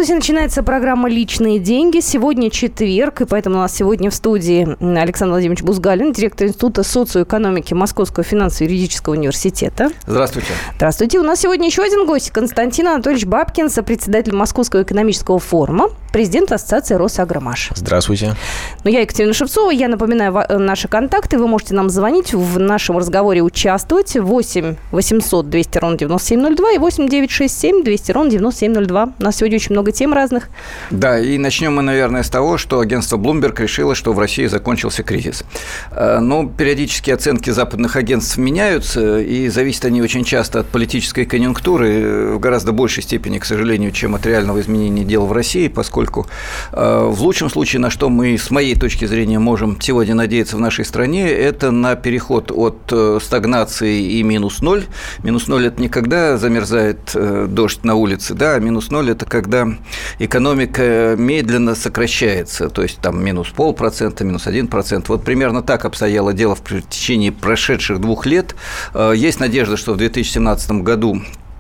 Здравствуйте, начинается программа «Личные деньги». Сегодня четверг, и поэтому у нас сегодня в студии Александр Владимирович Бузгалин, директор Института социоэкономики Московского финансово-юридического университета. Здравствуйте. Здравствуйте. У нас сегодня еще один гость. Константин Анатольевич Бабкин, сопредседатель Московского экономического форума, президент Ассоциации Росагромаш. Здравствуйте. Я Екатерина Шевцова. Я напоминаю наши контакты. Вы можете нам звонить, в нашем разговоре участвовать. 8 800 200 ровно 9702 и 8 967 200 ровно 9702. У нас сегодня очень много тем разных. Да, и начнем мы, наверное, с того, что агентство Bloomberg решило, что в России закончился кризис. Но периодически оценки западных агентств меняются, и зависят они очень часто от политической конъюнктуры, в гораздо большей степени, к сожалению, чем от реального изменения дел в России, поскольку в лучшем случае, на что мы, с моей точки зрения, можем сегодня надеяться в нашей стране, это на переход от стагнации и минус ноль. Минус ноль – это не когда замерзает дождь на улице, да, а минус ноль – это когда экономика медленно сокращается, то есть там минус 0,5%, минус 1%. Вот примерно так обстояло дело в течение прошедших 2 лет. Есть надежда, что в 2017 году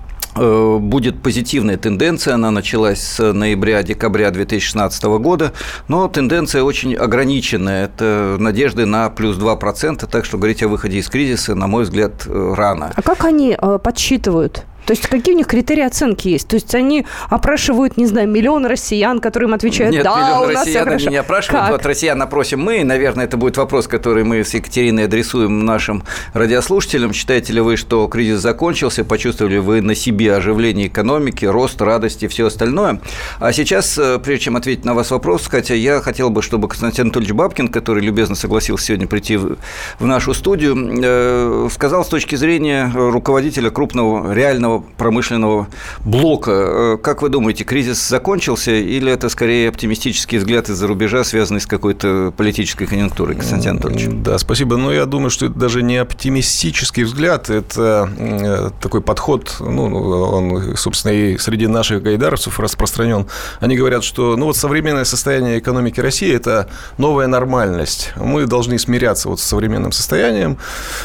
будет позитивная тенденция, она началась с ноября-декабря 2016 года, но тенденция очень ограниченная, это надежды на плюс 2%, так что говорить о выходе из кризиса, на мой взгляд, рано. А как они подсчитывают? То есть, какие у них критерии оценки есть? То есть, они опрашивают, не знаю, миллион россиян, которые им отвечают, нет, да, миллион у нас россиян все они не опрашивают. Как? Вот россиян опросим мы, наверное, это будет вопрос, который мы с Екатериной адресуем нашим радиослушателям. Считаете ли вы, что кризис закончился, почувствовали вы на себе оживление экономики, рост, радость и все остальное? А сейчас, прежде чем ответить на ваш вопрос, хотя я хотел бы, чтобы Константин Анатольевич Бабкин, который любезно согласился сегодня прийти в нашу студию, сказал с точки зрения руководителя крупного реального промышленного блока. Как вы думаете, кризис закончился или это скорее оптимистический взгляд из-за рубежа, связанный с какой-то политической конъюнктурой, Константин Анатольевич? Да, спасибо. Но я думаю, что это даже не оптимистический взгляд, это такой подход, он, собственно, и среди наших гайдаровцев распространен. Они говорят, что современное состояние экономики России – это новая нормальность. Мы должны смиряться с современным состоянием,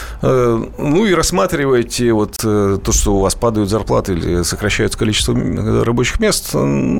и рассматривать то, что у вас падают зарплаты или сокращается количество рабочих мест,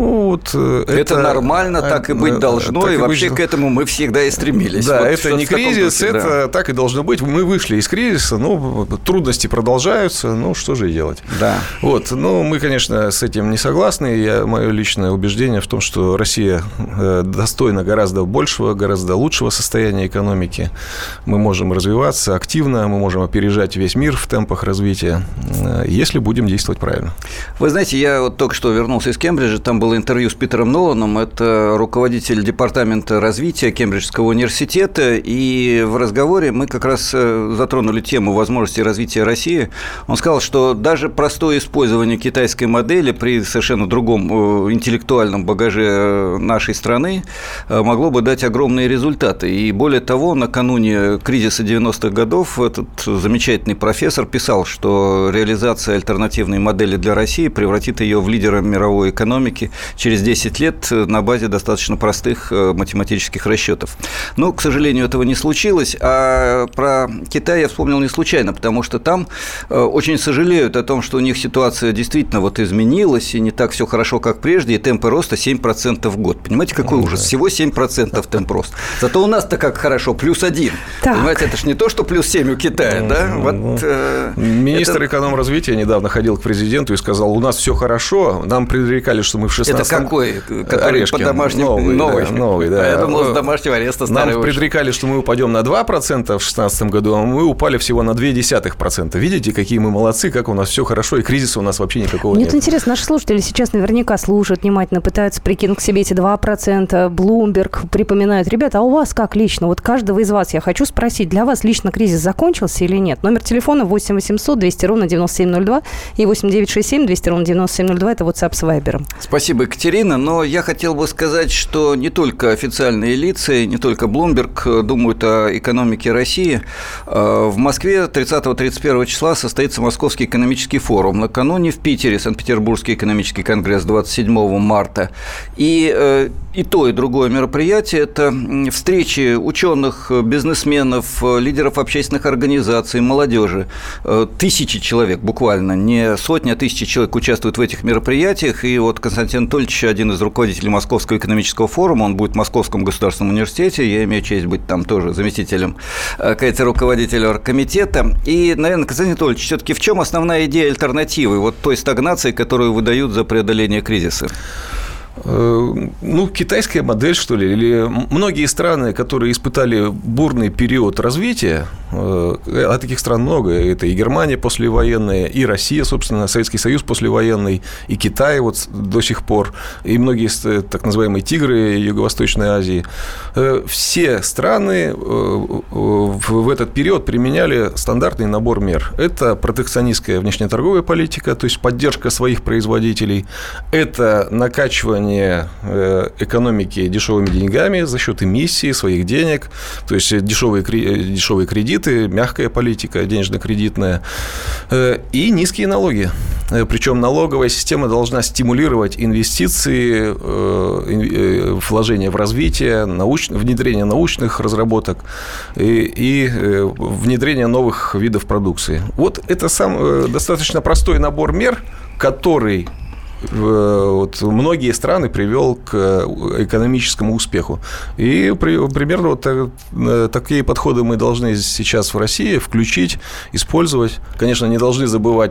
это нормально, так и быть должно, и вообще к этому мы всегда и стремились. Да, это не кризис, это так и должно быть. Мы вышли из кризиса, трудности продолжаются, что же и делать. Да. Мы, конечно, с этим не согласны. Мое личное убеждение в том, что Россия достойна гораздо большего, гораздо лучшего состояния экономики. Мы можем развиваться активно, мы можем опережать весь мир в темпах развития, если будем действовать правильно. Вы знаете, я только что вернулся из Кембриджа, там было интервью с Питером Ноланом, это руководитель департамента развития Кембриджского университета, и в разговоре мы как раз затронули тему возможностей развития России. Он сказал, что даже простое использование китайской модели при совершенно другом интеллектуальном багаже нашей страны могло бы дать огромные результаты. И более того, накануне кризиса 90-х годов этот замечательный профессор писал, что реализация альтернативной модели для России превратит ее в лидера мировой экономики через 10 лет на базе достаточно простых математических расчетов. Но, к сожалению, этого не случилось, а про Китай я вспомнил не случайно, потому что там очень сожалеют о том, что у них ситуация действительно изменилась, и не так все хорошо, как прежде, и темпы роста 7% в год. Понимаете, какой ужас? Всего 7% темп роста. Зато у нас-то как хорошо, плюс 1. Так. Понимаете, это ж не то, что плюс 7 у Китая, да? Министр экономразвития недавно ходил к президенту и сказал, у нас все хорошо, нам предрекали, что мы в 16-м... Это какой? Который Орешкин. под домашним... Новый, да. Я думал, с домашнего ареста старый. Нам предрекали, что мы упадем на 2% в 2016 году, а мы упали всего на 0,2%. Видите, какие мы молодцы, как у нас все хорошо, и кризиса у нас вообще никакого нет. Мне интересно, наши слушатели сейчас наверняка слушают внимательно, пытаются прикинуть к себе эти 2%, Bloomberg припоминают. Ребята, а у вас как лично? Каждого из вас я хочу спросить, для вас лично кризис закончился или нет? Номер телефона 8 800 200 ровно 9702 и 8 967 200 ровно 9702 – это WhatsApp с Viber. Спасибо, Екатерина. Но я хотел бы сказать, что не только официальные лица, не только Bloomberg думают о экономике России. В Москве 30-31 числа состоится Московский экономический форум. Накануне в Питере Санкт-Петербургский экономический конгресс 27 марта. И и то, и другое мероприятие. Это встречи ученых, бизнесменов, лидеров общественных организаций, молодежи. Тысячи человек, буквально, не сотни, а тысячи человек участвуют в этих мероприятиях. И вот Константин Анатольевич, один из руководителей Московского экономического форума, он будет в Московском государственном университете. Я имею честь быть там тоже заместителем, руководителя оргкомитета. И, наверное, Константин Анатольевич, все-таки в чем основная идея альтернативы вот той стагнации, которую выдают за преодоление кризиса? Китайская модель, что ли, или многие страны, которые испытали бурный период развития, а таких стран много, это и Германия послевоенная, и Россия, собственно, Советский Союз послевоенный, и Китай вот до сих пор, и многие так называемые тигры Юго-Восточной Азии. Все страны в этот период применяли стандартный набор мер. Это протекционистская внешнеторговая политика, то есть поддержка своих производителей, это накачивание экономики дешевыми деньгами за счет эмиссии своих денег, то есть дешевые кредиты, мягкая политика денежно-кредитная и низкие налоги. Причем налоговая система должна стимулировать инвестиции, вложения в развитие, внедрение научных разработок и внедрение новых видов продукции. Вот это достаточно простой набор мер, который многие страны привел к экономическому успеху. И примерно такие подходы мы должны сейчас в России включить, использовать. Конечно, не должны забывать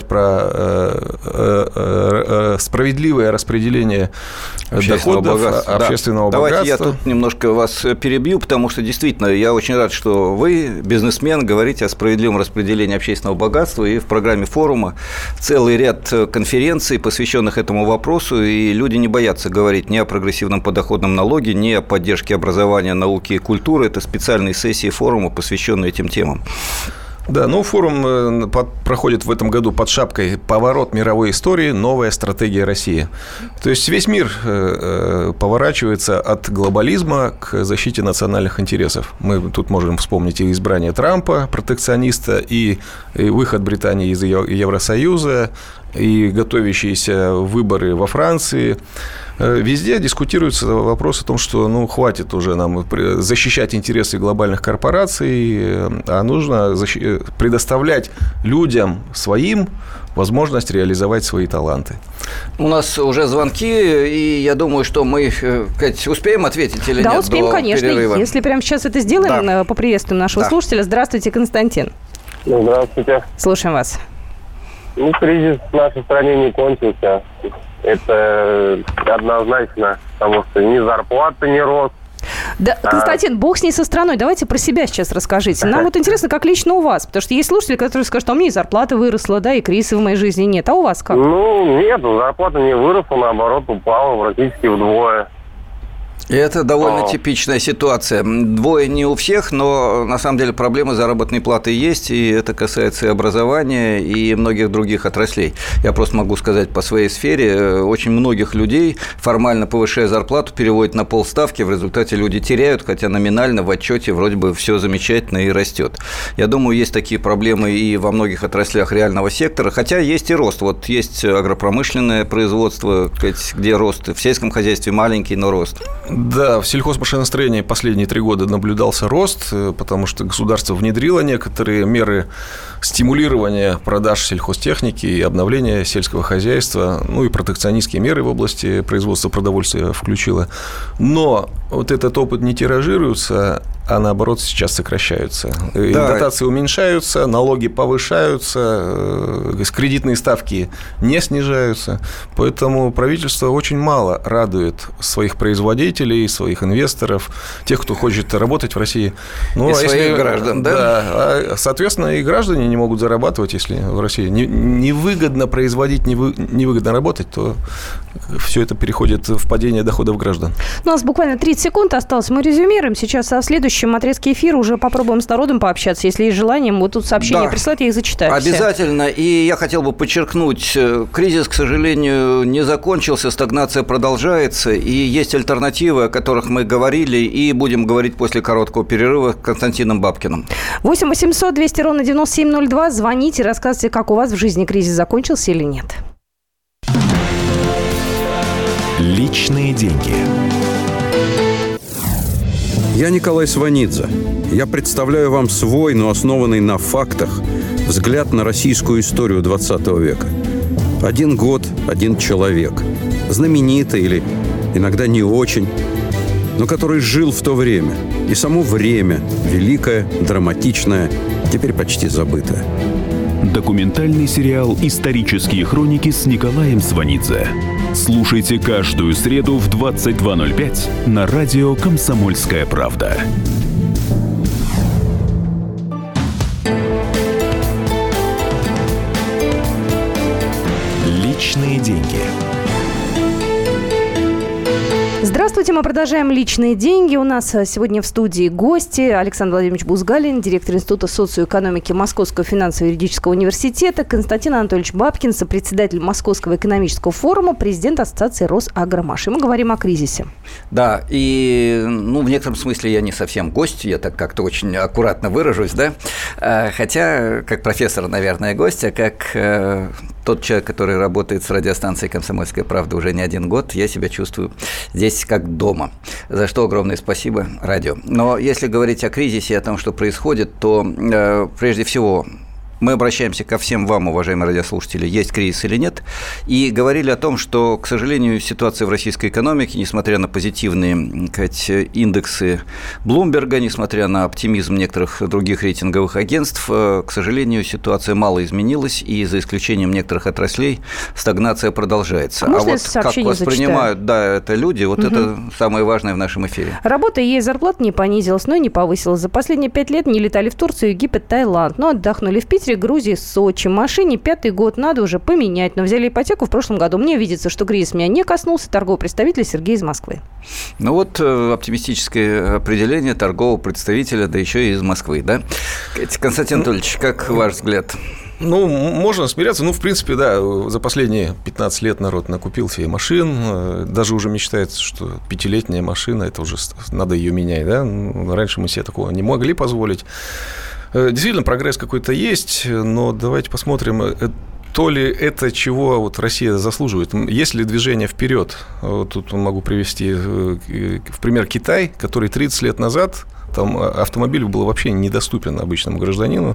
про справедливое распределение доходов, общественного богатства. Давайте я тут немножко вас перебью, потому что действительно я очень рад, что вы, бизнесмен, говорите о справедливом распределении общественного богатства, и в программе форума целый ряд конференций, посвященных этому вопросу, и люди не боятся говорить ни о прогрессивном подоходном налоге, ни о поддержке образования, науки и культуры. Это специальные сессии форума, посвященные этим темам. Да, форум проходит в этом году под шапкой «Поворот мировой истории. Новая стратегия России». То есть весь мир поворачивается от глобализма к защите национальных интересов. Мы тут можем вспомнить и избрание Трампа, протекциониста, и выход Британии из Евросоюза, и готовящиеся выборы во Франции. Везде дискутируется вопрос о том, что хватит уже нам защищать интересы глобальных корпораций, а нужно предоставлять людям своим возможность реализовать свои таланты. У нас уже звонки, и я думаю, что мы, Кать, успеем ответить или нет? Да, успеем, конечно. Перерыва? Если прямо сейчас это сделаем, поприветствуем нашего слушателя. Здравствуйте, Константин. Здравствуйте. Слушаем вас. Кризис в нашей стране не кончился. Это однозначно, потому что ни зарплаты не рост. Да, Константин, бог с ней со страной. Давайте про себя сейчас расскажите. Нам интересно, как лично у вас. Потому что есть слушатели, которые скажут, у меня и зарплата выросла, да, и кризиса в моей жизни нет. А у вас как? Нет, зарплата не выросла, наоборот, упала практически вдвое. Это довольно типичная ситуация. Двое не у всех, но на самом деле проблемы заработной платы есть, и это касается и образования, и многих других отраслей. Я просто могу сказать по своей сфере, очень многих людей, формально повышая зарплату, переводят на полставки, в результате люди теряют, хотя номинально в отчете вроде бы все замечательно и растет. Я думаю, есть такие проблемы и во многих отраслях реального сектора, хотя есть и рост. Вот есть агропромышленное производство, где рост, в сельском хозяйстве маленький, но рост. Да, в сельхозмашиностроении последние 3 года наблюдался рост, потому что государство внедрило некоторые меры стимулирования продаж сельхозтехники и обновления сельского хозяйства, и протекционистские меры в области производства продовольствия включило. Но вот этот опыт не тиражируется, а наоборот сейчас сокращаются. Да. Дотации уменьшаются, налоги повышаются, кредитные ставки не снижаются. Поэтому правительство очень мало радует своих производителей, своих инвесторов, тех, кто хочет работать в России. И своих граждан, да? Да. Соответственно, и граждане не могут зарабатывать, если в России невыгодно производить, невыгодно работать, то все это переходит в падение доходов граждан. У нас буквально 30 секунд осталось. Мы резюмируем. Сейчас в следующем отрезке эфира уже попробуем с народом пообщаться. Если есть желание, мы тут сообщения присылать, я их зачитаю. Обязательно. И я хотел бы подчеркнуть, кризис, к сожалению, не закончился, стагнация продолжается, и есть альтернативы, о которых мы говорили, и будем говорить после короткого перерыва с Константином Бабкиным. 8 800 200 ровно 9702. Звоните, рассказывайте, как у вас в жизни кризис закончился или нет. Личные деньги. Я Николай Сванидзе. Я представляю вам свой, но основанный на фактах, взгляд на российскую историю 20 века. 1 год, 1 человек. Знаменитый или иногда не очень, но который жил в то время. И само время великое, драматичное, теперь почти забытое. Документальный сериал «Исторические хроники» с Николаем Сванидзе. Слушайте каждую среду в 22:05 на радио «Комсомольская правда». Личные деньги. Здравствуйте, мы продолжаем «Личные деньги». У нас сегодня в студии гости. Александр Владимирович Бузгалин, директор Института социоэкономики Московского финансово-юридического университета, Константин Анатольевич Бабкин, сопредседатель Московского экономического форума, президент Ассоциации Росагромаш. И мы говорим о кризисе. Да, и в некотором смысле я не совсем гость, я так как-то очень аккуратно выражусь, да? Хотя, как профессор, наверное, гость, а как тот человек, который работает с радиостанцией «Комсомольская правда» уже не 1 год, я себя чувствую здесь как дома. За что огромное спасибо радио. Но если говорить о кризисе и о том, что происходит, то прежде всего мы обращаемся ко всем вам, уважаемые радиослушатели, есть кризис или нет, и говорили о том, что, к сожалению, ситуация в российской экономике, несмотря на позитивные, индексы Блумберга, несмотря на оптимизм некоторых других рейтинговых агентств, к сожалению, ситуация мало изменилась, и за исключением некоторых отраслей стагнация продолжается. А вот как воспринимают это люди, это самое важное в нашем эфире. Работа ей зарплата не понизилась, но и не повысилась. За последние 5 лет не летали в Турцию, Египет, Таиланд, но отдохнули в Питере, Грузии, Сочи. Машине 5-й год надо уже поменять, но взяли ипотеку в прошлом году. Мне видится, что кризис меня не коснулся. Торговый представитель Сергей из Москвы. Оптимистическое определение торгового представителя, да еще и из Москвы, да? Константин Анатольевич, как ваш взгляд? Можно смиряться. В принципе, да, за последние 15 лет народ накупил себе машин. Даже уже мечтается, что 5-летняя машина, это уже надо ее менять, да? Раньше мы себе такого не могли позволить. Действительно, прогресс какой-то есть, но давайте посмотрим, то ли это, чего Россия заслуживает. Есть ли движение вперед? Тут могу привести в пример Китай, который 30 лет назад, там автомобиль был вообще недоступен обычному гражданину.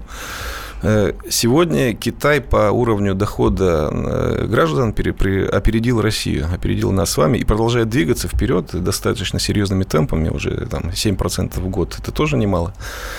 Сегодня Китай по уровню дохода граждан опередил Россию, опередил нас с вами и продолжает двигаться вперед достаточно серьезными темпами, уже 7% в год. Это тоже немало.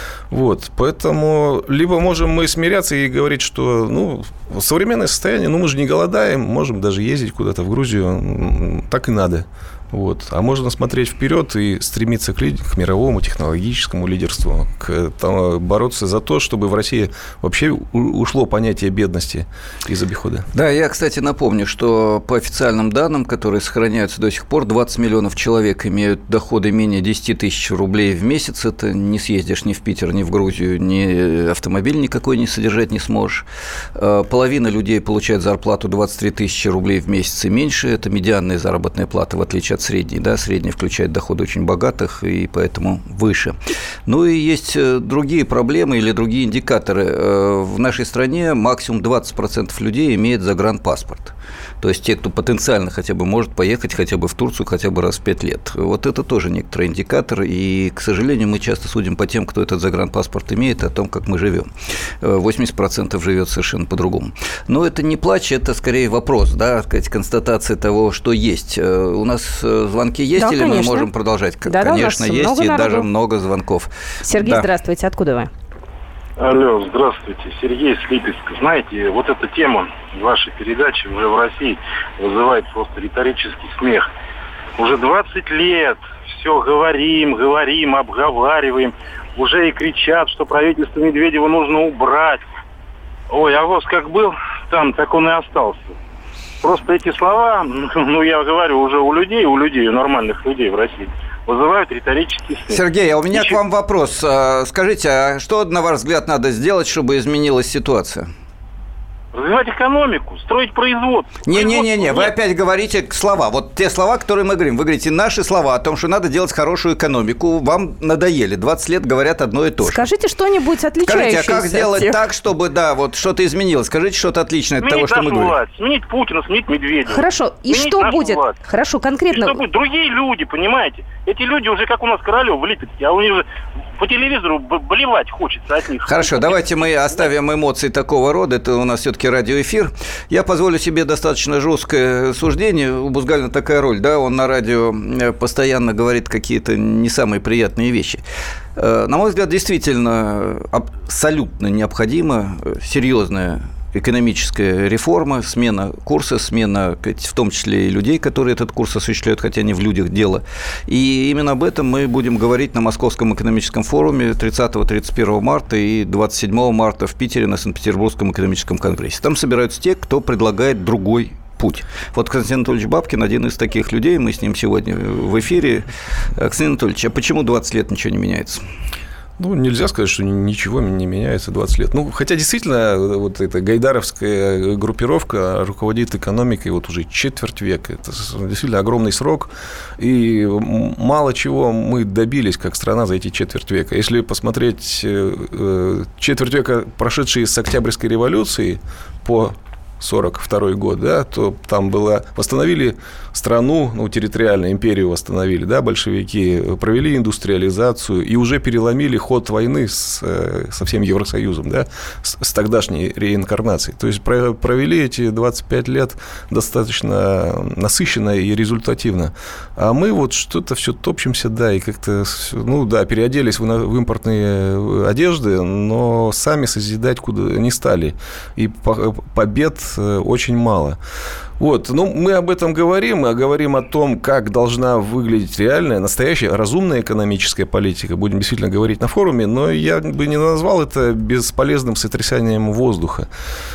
Поэтому либо можем мы смиряться и говорить, что современное состояние, мы же не голодаем, можем даже ездить куда-то в Грузию, так и надо. А можно смотреть вперед и стремиться к мировому технологическому лидерству, бороться за то, чтобы в России вообще ушло понятие бедности из обихода. Да, я, кстати, напомню, что по официальным данным, которые сохраняются до сих пор, 20 миллионов человек имеют доходы менее 10 тысяч рублей в месяц. Это не съездишь ни в Питер, ни в Грузию, ни автомобиль никакой не содержать не сможешь. Половина людей получает зарплату 23 тысячи рублей в месяц и меньше. Это медианная заработная плата, в отличие от средней, да, средняя включает доходы очень богатых и поэтому выше. И есть другие проблемы или другие индикаторы. В нашей стране максимум 20% людей имеет загранпаспорт. То есть те, кто потенциально хотя бы может поехать хотя бы в Турцию хотя бы раз в 5 лет. Это тоже некоторый индикатор, и, к сожалению, мы часто судим по тем, кто этот загранпаспорт имеет, о том, как мы живем. 80% живет совершенно по-другому. Но это не плач, это скорее вопрос, да, констатация того, что есть. У нас звонки есть, да, или конечно. Мы можем продолжать? Да, конечно, есть, и народу. Даже много звонков. Сергей, да. Здравствуйте, откуда вы? Алло, здравствуйте, Сергей с Липецка. Знаете, эта тема вашей передачи уже в России вызывает просто риторический смех. Уже 20 лет все говорим, обговариваем, уже и кричат, что правительство Медведева нужно убрать. Ой, а ВОЗ как был там, так он и остался. Просто эти слова, я говорю, уже у людей, у нормальных людей в России, вызывают риторический смех. Сергей, а у меня к вам вопрос. Скажите, а что, на ваш взгляд, надо сделать, чтобы изменилась ситуация? развивать экономику, строить производство. Не-не-не, вы опять говорите слова. Вот те слова, которые мы говорим. Вы говорите наши слова о том, что надо делать хорошую экономику. Вам надоели. 20 лет говорят одно и то же. Скажите что-нибудь отличающееся. Скажите, а как сделать так, чтобы, вот что-то изменилось? Скажите что-то отличное от того, что мы говорим. Власть, сменить Путина, сменить Медведева. Хорошо, и что будет? Власть. Хорошо, конкретно. И что будет? Другие люди, понимаете? Эти люди уже, как у нас Королев в Липецке, а у них же по телевизору болевать хочется от них. Хорошо, давайте мы оставим эмоции такого рода. Это у нас все-таки радиоэфир. Я позволю себе достаточно жесткое суждение. У Бузгалина такая роль, да, он на радио постоянно говорит какие-то не самые приятные вещи. На мой взгляд, действительно абсолютно необходима серьезная экономическая реформа, смена курса, смена, в том числе и людей, которые этот курс осуществляют, хотя не в людях дело. И именно об этом мы будем говорить на Московском экономическом форуме 30-31 марта и 27 марта в Питере на Санкт-Петербургском экономическом конгрессе. Там собираются те, кто предлагает другой путь. Вот Константин Анатольевич Бабкин один из таких людей, мы с ним сегодня в эфире. Константин Анатольевич, а почему 20 лет ничего не меняется? Нельзя сказать, что ничего не меняется 20 лет. Хотя действительно, вот эта гайдаровская группировка руководит экономикой вот уже четверть века. Это действительно огромный срок. И мало чего мы добились как страна за эти четверть века. Если посмотреть четверть века, прошедшие с Октябрьской революции по 1942 год, да, то там восстановили страну, территориально империю восстановили, да, большевики, провели индустриализацию и уже переломили ход войны со всем Евросоюзом, да, с тогдашней реинкарнацией. То есть провели эти 25 лет достаточно насыщенно и результативно. А мы вот что-то все топчемся, да, и как-то, переоделись в импортные одежды, но сами созидать куда не стали. И побед очень мало. Мы об этом говорим, говорим о том, как должна выглядеть реальная, настоящая, разумная экономическая политика. Будем действительно говорить на форуме, но я бы не назвал это бесполезным сотрясанием воздуха.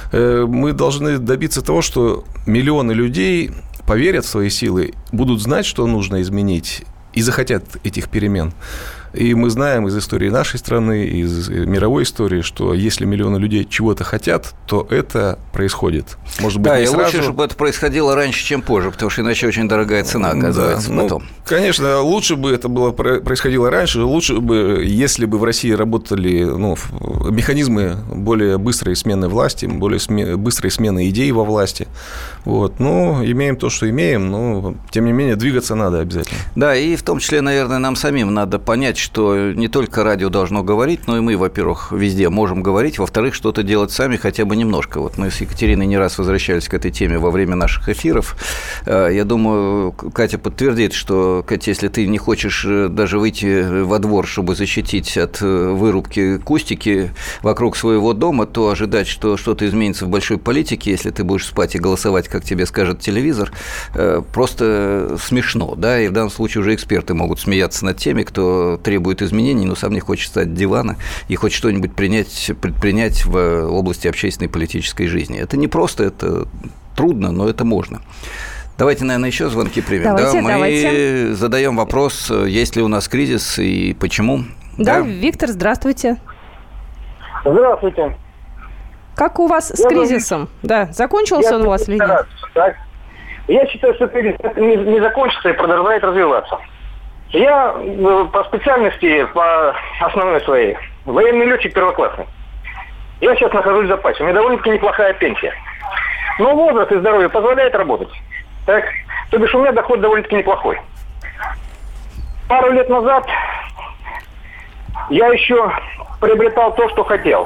Мы должны добиться того, что миллионы людей поверят в свои силы, будут знать, что нужно изменить, и захотят этих перемен. И мы знаем из истории нашей страны, из мировой истории, что если миллионы людей чего-то хотят, то это происходит. Может быть, да, не и сразу. Лучше, чтобы это происходило раньше, чем позже, потому что иначе очень дорогая цена оказывается потом. Конечно, лучше бы это происходило раньше, лучше бы, если бы в России работали механизмы более быстрой смены власти, более быстрой смены идей во власти. Имеем то, что имеем, но, тем не менее, двигаться надо обязательно. Да, и в том числе, наверное, нам самим надо понять, что не только радио должно говорить, но и мы, во-первых, везде можем говорить, во-вторых, что-то делать сами хотя бы немножко. Вот мы с Екатериной не раз возвращались к этой теме во время наших эфиров. Я думаю, Катя подтвердит, что, Катя, если ты не хочешь даже выйти во двор, чтобы защитить от вырубки кустики вокруг своего дома, то ожидать, что что-то изменится в большой политике, если ты будешь спать и голосовать, как тебе скажет телевизор, просто смешно, да, и в данном случае уже эксперты могут смеяться над теми, кто требует изменений, но сам не хочет встать с дивана и хочет что-нибудь предпринять в области общественной и политической жизни. Это не просто, это трудно, но это можно. Давайте, наверное, еще звонки примем. Мы задаем вопрос, есть ли у нас кризис и почему. Да, Виктор, здравствуйте. Здравствуйте. Как у вас с кризисом? Да, закончился он у вас или нет? Я считаю, что кризис не закончится и продолжает развиваться. Я по специальности, по основной своей, военный летчик первоклассный. Я сейчас нахожусь в запасе. У меня довольно-таки неплохая пенсия. Но возраст и здоровье позволяет работать. Так, то бишь у меня доход довольно-таки неплохой. Пару лет назад я еще приобретал то, что хотел.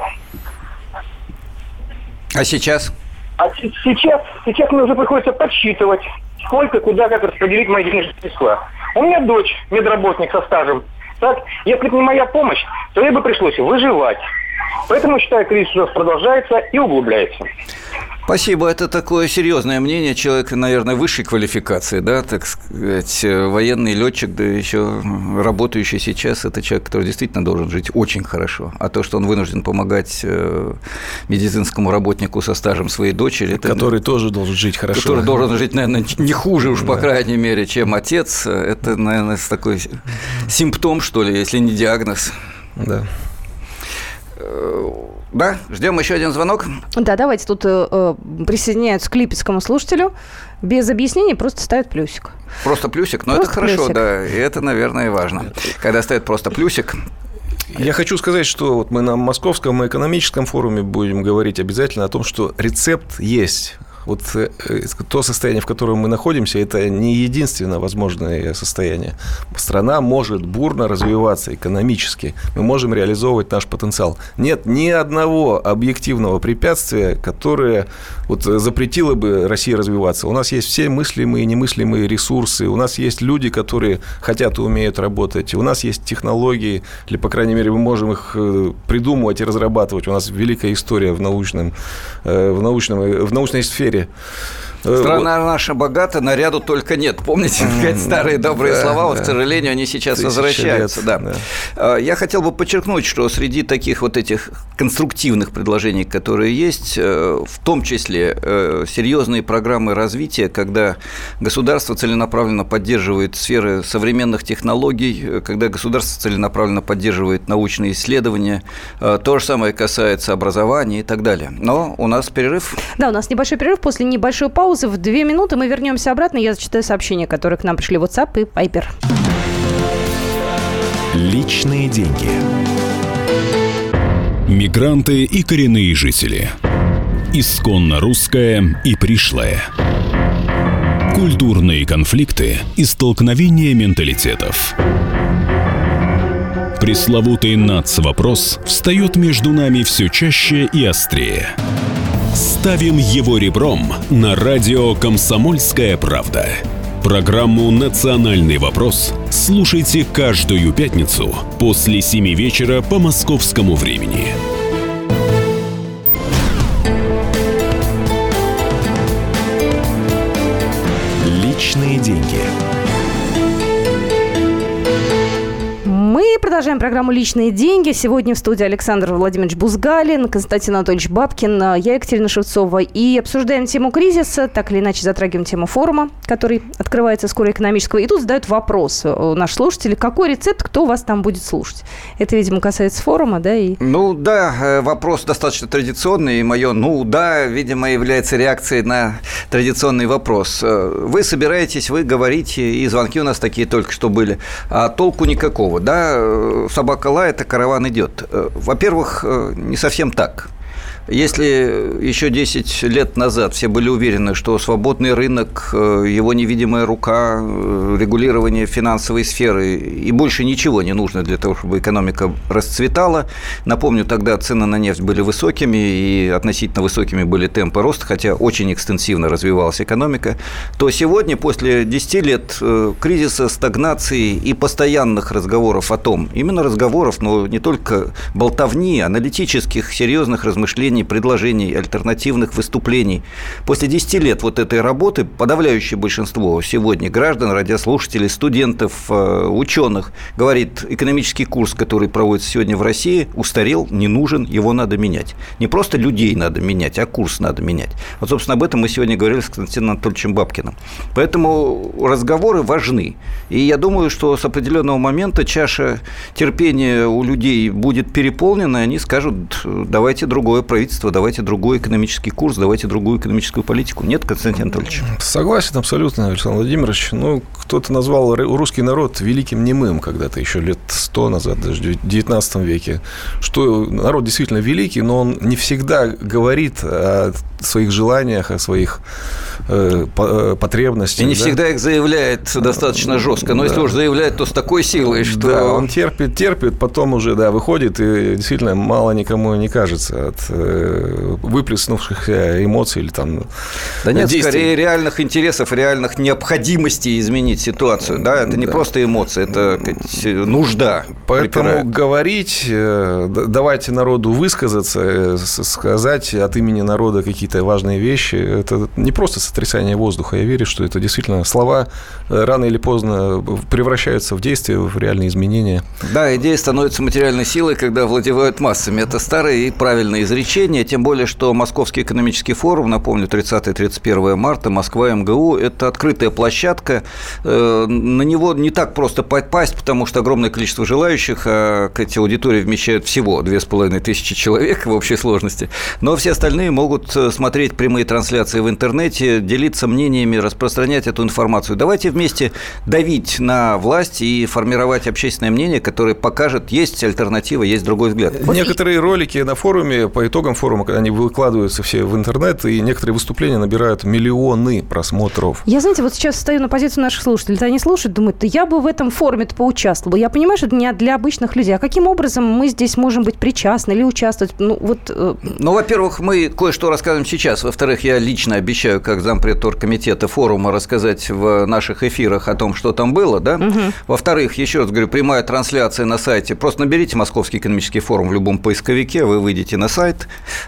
А сейчас? Сейчас мне уже приходится подсчитывать, сколько, куда, как распределить мои денежные средства. У меня дочь, медработник со стажем. Так, если бы не моя помощь, то ей бы пришлось выживать. Поэтому, считаю, кризис у нас продолжается и углубляется. Спасибо. Это такое серьезное мнение человека, наверное, высшей квалификации, да, так сказать, военный летчик, да еще работающий сейчас, это человек, который действительно должен жить очень хорошо. А то, что он вынужден помогать медицинскому работнику со стажем своей дочери... Который тоже должен жить хорошо. Который должен жить, наверное, не хуже уж, по крайней мере, чем отец. Это, наверное, такой симптом, что ли, если не диагноз. Да. Да, ждем еще один звонок. Да, давайте тут присоединяются к липецкому слушателю. Без объяснений просто ставят плюсик. Просто плюсик? Ну, это хорошо, плюсик. Да, и это, наверное, важно. Когда ставят просто плюсик... Я хочу сказать, что вот мы на Московском экономическом форуме будем говорить обязательно о том, что рецепт есть. Вот то состояние, в котором мы находимся, это не единственное возможное состояние. Страна может бурно развиваться экономически. Мы можем реализовывать наш потенциал. Нет ни одного объективного препятствия, которое вот запретило бы России развиваться. У нас есть все мыслимые и немыслимые ресурсы. У нас есть люди, которые хотят и умеют работать. У нас есть технологии, или, по крайней мере, мы можем их придумывать и разрабатывать. У нас великая история в научной сфере. Страна наша богата, наряду только нет. Помните, старые добрые слова, вот, к сожалению, они сейчас возвращаются. Да. Я хотел бы подчеркнуть, что среди таких вот этих конструктивных предложений, которые есть, в том числе серьезные программы развития, когда государство целенаправленно поддерживает сферы современных технологий, когда государство целенаправленно поддерживает научные исследования, то же самое касается образования и так далее. Но у нас перерыв. Да, у нас небольшой перерыв. После небольшой паузы в 2 минуты мы вернемся обратно. Я зачитаю сообщения, которые к нам пришли в WhatsApp и Viber. Личные деньги. Мигранты и коренные жители. Исконно русское и пришлое. Культурные конфликты и столкновения менталитетов. Пресловутый НАЦ-вопрос встает между нами все чаще и острее. Ставим его ребром на радио «Комсомольская правда». Программу «Национальный вопрос» слушайте каждую пятницу после 7 вечера по московскому времени. Личные деньги. Мы продолжаем программу «Личные деньги». Сегодня в студии Александр Владимирович Бузгалин, Константин Анатольевич Бабкин, я Екатерина Шевцова. И обсуждаем тему кризиса, так или иначе затрагиваем тему форума, который открывается скоро, экономического. И тут задают вопрос наши слушатели: какой рецепт, кто вас там будет слушать? Это, видимо, касается форума, да? Ну да, вопрос достаточно традиционный. И мое «ну да», видимо, является реакцией на традиционный вопрос. Вы собираетесь, вы говорите, и звонки у нас такие только что были, а толку никакого, да? Собака лает, а караван идет. Во-первых, не совсем так. Если еще 10 лет назад все были уверены, что свободный рынок, его невидимая рука, регулирование финансовой сферы и больше ничего не нужно для того, чтобы экономика расцветала. Напомню, тогда цены на нефть были высокими, и относительно высокими были темпы роста, хотя очень экстенсивно развивалась экономика, то сегодня, после 10 лет кризиса, стагнации и постоянных разговоров о том, именно разговоров, но не только болтовни, аналитических, серьезных размышлений, предложений, альтернативных выступлений. После 10 лет вот этой работы подавляющее большинство сегодня граждан, радиослушателей, студентов, ученых говорит: экономический курс, который проводится сегодня в России, устарел, не нужен, его надо менять. Не просто людей надо менять, а курс надо менять. Вот, собственно, об этом мы сегодня говорили с Константином Анатольевичем Бабкиным. Поэтому разговоры важны. И я думаю, что с определенного момента чаша терпения у людей будет переполнена, и они скажут: давайте другое правительство, давайте другой экономический курс, давайте другую экономическую политику. Нет, Константин Анатольевич? Согласен абсолютно, Александр Владимирович. Ну, кто-то назвал русский народ великим немым когда-то, еще лет 100 назад, даже в 19 веке. Что народ действительно великий, но он не всегда говорит о своих желаниях, о своих потребностях. И не всегда их заявляет достаточно жестко. Но если уж заявляет, то с такой силой, что... Да, он терпит, потом уже, выходит, и действительно мало никому не кажется от выплеснувшихся эмоций или там да нет, действий. Скорее реальных интересов, реальных необходимостей изменить ситуацию. Да, это не просто эмоции, это нужда. Поэтому припирает. Говорить, давайте народу высказаться, сказать от имени народа какие-то важные вещи, это не просто сотрясание воздуха. Я верю, что это действительно слова рано или поздно превращаются в действия, в реальные изменения. Да, идея становится материальной силой, когда овладевают массами. Это старое и правильное изречение. впечатление, тем более, что Московский экономический форум, напомню, 30-31 марта, Москва, МГУ, это открытая площадка, на него не так просто попасть, потому что огромное количество желающих, а эти аудитории вмещают всего 2500 человек в общей сложности, но все остальные могут смотреть прямые трансляции в интернете, делиться мнениями, распространять эту информацию. Давайте вместе давить на власть и формировать общественное мнение, которое покажет, есть альтернатива, есть другой взгляд. Некоторые ролики на форуме, по итогам форума, когда они выкладываются все в интернет, и некоторые выступления набирают миллионы просмотров. Я, знаете, вот сейчас стою на позицию наших слушателей. Они слушают, думают, да я бы в этом форуме-то поучаствовала. Я понимаю, что это не для обычных людей. А каким образом мы здесь можем быть причастны или участвовать? Во-первых, мы кое-что рассказываем сейчас. Во-вторых, я лично обещаю, как зампред оргкомитета форума, рассказать в наших эфирах о том, что там было, да? Угу. Во-вторых, еще раз говорю, прямая трансляция на сайте. Просто наберите Московский экономический форум в любом поисковике, вы выйдете на сайт.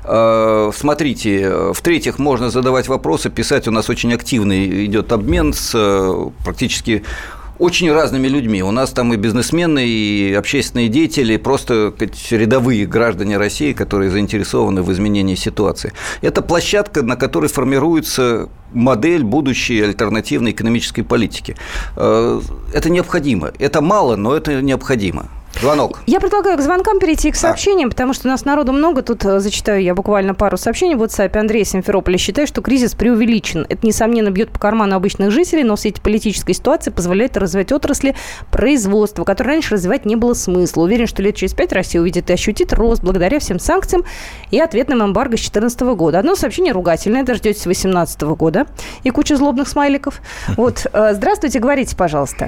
Смотрите. В-третьих, можно задавать вопросы, писать. У нас очень активный идет обмен с практически очень разными людьми. У нас там и бизнесмены, и общественные деятели, просто рядовые граждане России, которые заинтересованы в изменении ситуации. Это площадка, на которой формируется модель будущей альтернативной экономической политики. Это необходимо. Это мало, но это необходимо. Звонок. Я предлагаю к звонкам перейти к сообщениям, потому что у нас народу много. Тут зачитаю я буквально пару сообщений. В WhatsApp Андрей из Симферополя считает, что кризис преувеличен. Это, несомненно, бьет по карману обычных жителей, но в свете политической ситуации позволяет развивать отрасли производства, которые раньше развивать не было смысла. Уверен, что лет через 5 Россия увидит и ощутит рост благодаря всем санкциям и ответным эмбарго с 2014 года. Одно сообщение ругательное, дождетесь 2018 года и куча злобных смайликов. Вот. Здравствуйте, говорите, пожалуйста.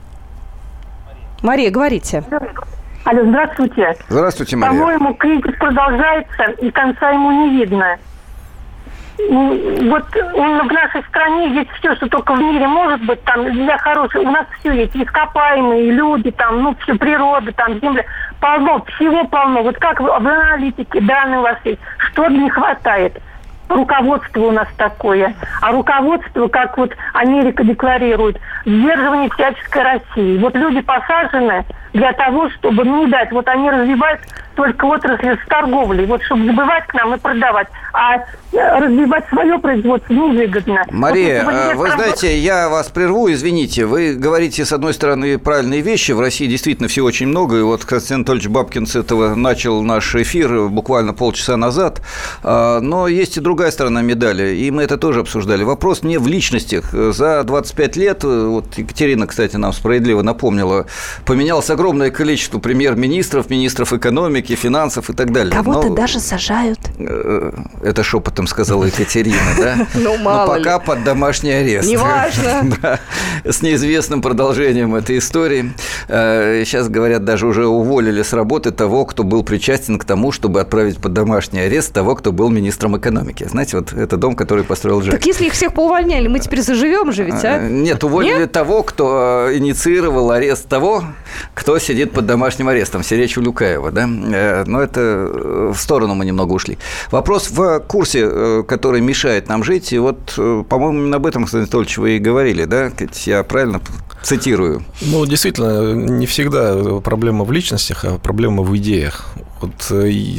Мария, говорите. Алло, здравствуйте. Здравствуйте, Мария. По-моему, кризис продолжается, и конца ему не видно. Вот в нашей стране есть все, что только в мире может быть, там, для хорошего. У нас все есть, ископаемые, люди, там, все, природа, там, земля. Полно, всего полно. Вот как вы аналитики, данные у вас есть. Что не хватает? Руководство у нас такое. А руководство, как вот Америка декларирует, сдерживание всяческой России. Вот люди посажены для того, чтобы не дать. Вот они развивают только отрасль с торговлей. Вот чтобы забывать к нам и продавать. А развивать свое производство невыгодно. Мария, вот, вы знаете, я вас прерву, извините. Вы говорите, с одной стороны, правильные вещи. В России действительно всего очень много. И вот Константин Анатольевич Бабкин с этого начал наш эфир буквально полчаса назад. Но есть и другая сторона медали. И мы это тоже обсуждали. Вопрос не в личностях. За 25 лет, вот Екатерина, кстати, нам справедливо напомнила, поменялось огромное количество премьер-министров, министров экономики, финансов и так далее. Кого-то даже сажают. Это шепотом сказала Екатерина, да? Ну, мало Но пока под домашний арест. Неважно. Да, с неизвестным продолжением этой истории. Сейчас, говорят, даже уже уволили с работы того, кто был причастен к тому, чтобы отправить под домашний арест того, кто был министром экономики. Знаете, вот это дом, который построил Жак. Так если их всех поувольняли, мы теперь заживем же ведь, а? Нет, уволили того, кто инициировал арест того, кто сидит под домашним арестом. Все речь у Люкаева, да? Но это в сторону мы немного ушли. Вопрос в курсе, который мешает нам жить. И вот, по-моему, именно об этом, Константин Анатольевич, вы и говорили, да? Я правильно цитирую? Ну, действительно, не всегда проблема в личностях, а проблема в идеях. Вот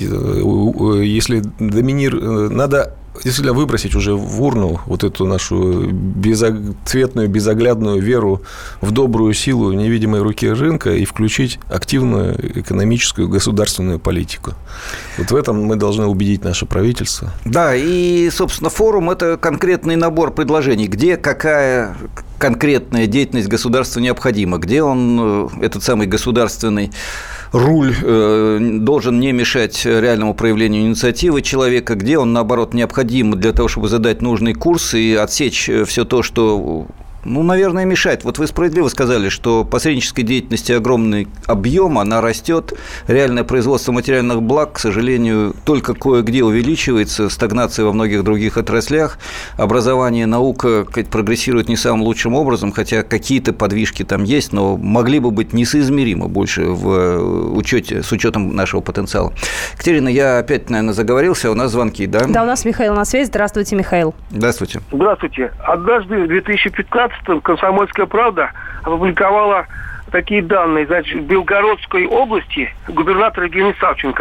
если надо действительно выбросить уже в урну вот эту нашу безответную, безоглядную веру в добрую силу невидимой руки рынка и включить активную экономическую государственную политику. Вот в этом мы должны убедить наше правительство. Да, и, собственно, форум – это конкретный набор предложений, где какая конкретная деятельность государства необходима, где он, этот самый государственный руль, должен не мешать реальному проявлению инициативы человека, где он, наоборот, необходим для того, чтобы задать нужный курс и отсечь все то, что, наверное, мешает. Вот вы справедливо сказали, что посреднической деятельности огромный объем, она растет. Реальное производство материальных благ, к сожалению, только кое-где увеличивается. Стагнация во многих других отраслях. Образование, наука прогрессирует не самым лучшим образом, хотя какие-то подвижки там есть, но могли бы быть несоизмеримо больше в учете, с учетом нашего потенциала. Екатерина, я опять, наверное, заговорился. У нас звонки, да? Да, у нас Михаил на связи. Здравствуйте, Михаил. Здравствуйте. Здравствуйте. Однажды в 2015 «Комсомольская правда» опубликовала такие данные. Значит, в Белгородской области губернатор Евгений Савченко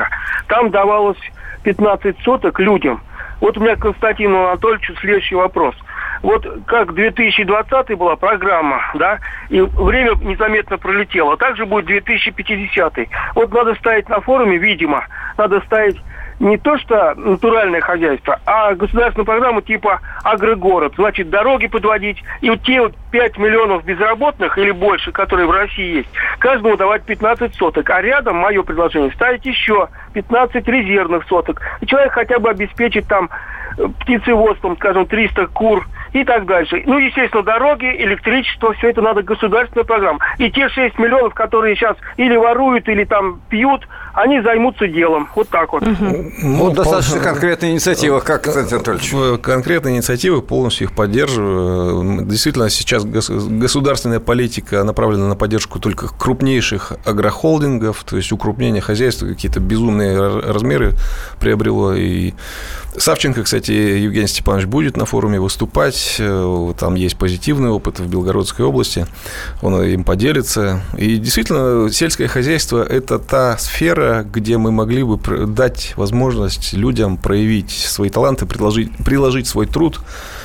там давалось 15 соток людям. Вот у меня к Константину Анатольевичу следующий вопрос. Вот как 2020 была программа, да, и время незаметно пролетело. Также будет 2050. Вот надо ставить на форуме, видимо, надо ставить не то что натуральное хозяйство, а государственную программу типа агрогород. Значит, дороги подводить. И вот те 5 миллионов безработных или больше, которые в России есть, каждому давать 15 соток. А рядом, мое предложение, ставить еще 15 резервных соток. И человек хотя бы обеспечит там птицеводством, скажем, 300 кур и так дальше. Ну, естественно, дороги, электричество, все это надо государственная программа. И те 6 миллионов, которые сейчас или воруют, или там пьют, они займутся делом. Вот так вот. Вот достаточно конкретная инициатива, как, Константин Анатольевич? Конкретные инициативы, полностью их поддерживаю. Действительно, сейчас государственная политика направлена на поддержку только крупнейших агрохолдингов, то есть укрупнение хозяйства, какие-то безумные размеры приобрело. И Савченко, кстати, Евгений Степанович будет на форуме выступать. Там есть позитивный опыт в Белгородской области. Он им поделится. И действительно, сельское хозяйство – это та сфера, где мы могли бы дать возможность людям проявить свои таланты, приложить свой труд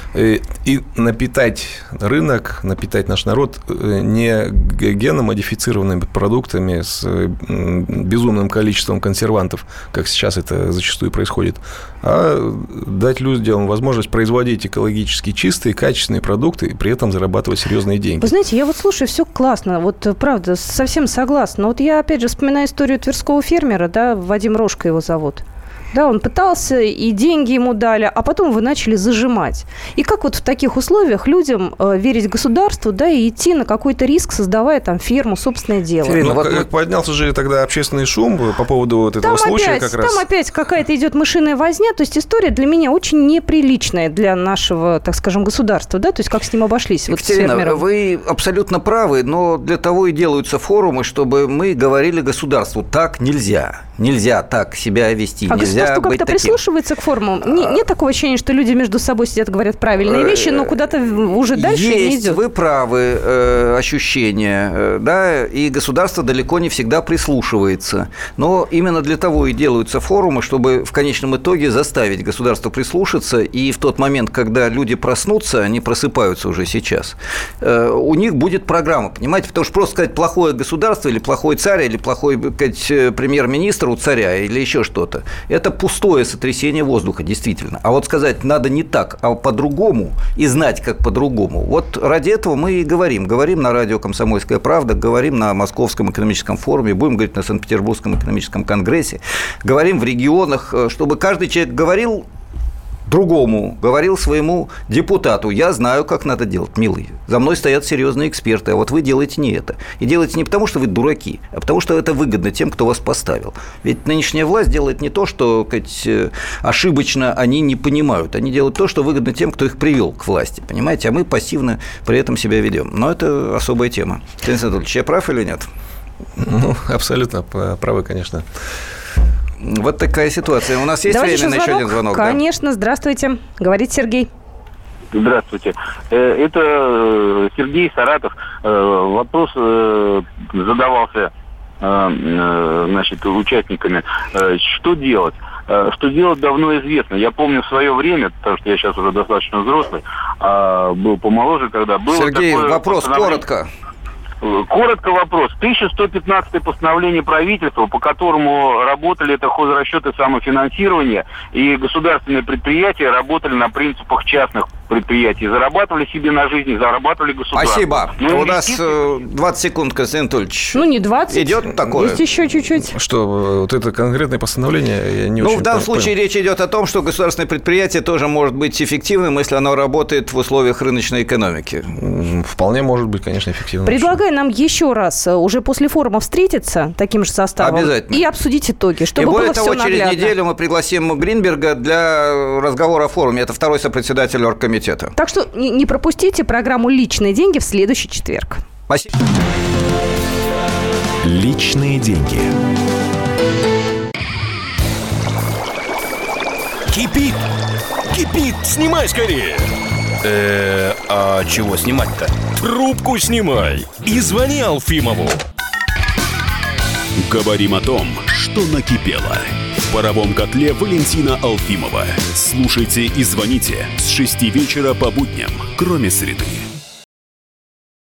и напитать рынок, напитать наш народ не генно-модифицированными продуктами с безумным количеством консервантов, как сейчас это зачастую происходит, а дать людям возможность производить экологически чистые, качественные продукты и при этом зарабатывать серьезные деньги. Вы знаете, я вот слушаю, все классно, вот правда, совсем согласна. Но вот я опять же вспоминаю историю тверского фермера, да, Вадим Рожко его зовут. Да, он пытался, и деньги ему дали, а потом вы начали зажимать. И как вот в таких условиях людям верить государству, да, и идти на какой-то риск, создавая там ферму, собственное дело? Поднялся же тогда общественный шум по поводу вот этого случая как раз. Там опять какая-то идет мышиная возня, то есть история для меня очень неприличная для нашего, так скажем, государства, да, то есть как с ним обошлись. Екатерина, вот вы абсолютно правы, но для того и делаются форумы, чтобы мы говорили государству, так нельзя. Нельзя так себя вести, а нельзя государство быть как-то таким. Прислушивается к форумам? Нет такого ощущения, что люди между собой сидят, говорят правильные вещи, но куда-то уже дальше не идет? Есть, вы правы, ощущения, да, и государство далеко не всегда прислушивается. Но именно для того и делаются форумы, чтобы в конечном итоге заставить государство прислушаться, и в тот момент, когда люди проснутся, они просыпаются уже сейчас, у них будет программа, понимаете? Потому что просто сказать плохое государство или плохой царь, или плохой, сказать, премьер-министр у царя или еще что-то. Это пустое сотрясение воздуха, действительно. А вот сказать надо не так, а по-другому и знать, как по-другому. Вот ради этого мы и говорим. Говорим на радио «Комсомольская правда», говорим на Московском экономическом форуме, будем говорить на Санкт-Петербургском экономическом конгрессе, говорим в регионах, чтобы каждый человек говорил другому, говорил своему депутату: я знаю, как надо делать, милый. За мной стоят серьезные эксперты, а вот вы делаете не это. И делаете не потому, что вы дураки, а потому, что это выгодно тем, кто вас поставил. Ведь нынешняя власть делает не то, что, сказать, ошибочно они не понимают. Они делают то, что выгодно тем, кто их привел к власти. Понимаете? А мы пассивно при этом себя ведем. Но это особая тема. Константин Анатольевич, я прав или нет? Ну, абсолютно правы, конечно. Вот такая ситуация. У нас есть время на еще один звонок? Конечно, да? Здравствуйте. Говорит Сергей. Здравствуйте. Это Сергей, Саратов. Вопрос задавался, значит, участниками. Что делать? Что делать, давно известно. Я помню в свое время, потому что я сейчас уже достаточно взрослый, был помоложе, когда было Сергей, такое вопрос коротко. Коротко вопрос. 1115 постановление правительства, по которому работали это хозрасчеты самофинансирования, и государственные предприятия работали на принципах частных предприятий. Зарабатывали себе на жизни, зарабатывали государство. Спасибо. У нас 20 секунд, Константин Анатольевич. Ну, не 20. Идет такое? Есть еще чуть-чуть. Что, вот это конкретное постановление, я не очень в данном случае речь идет о том, что государственное предприятие тоже может быть эффективным, если оно работает в условиях рыночной экономики. Вполне может быть, конечно, эффективным. Предлагаю нам еще раз, уже после форума, встретиться таким же составом. Обязательно. И обсудить итоги, чтобы было все наглядно. И более того, через неделю мы пригласим Гринберга для разговора о форуме. Это второй сопредседатель оргкомитета. Так что не пропустите программу «Личные деньги» в следующий четверг. Спасибо. Личные деньги. Кипит! Кипит! Снимай скорее! А чего снимать-то? Трубку снимай и звони Алфимову. Говорим о том, что накипело. В паровом котле Валентина Алфимова. Слушайте и звоните с 6 вечера по будням, кроме среды.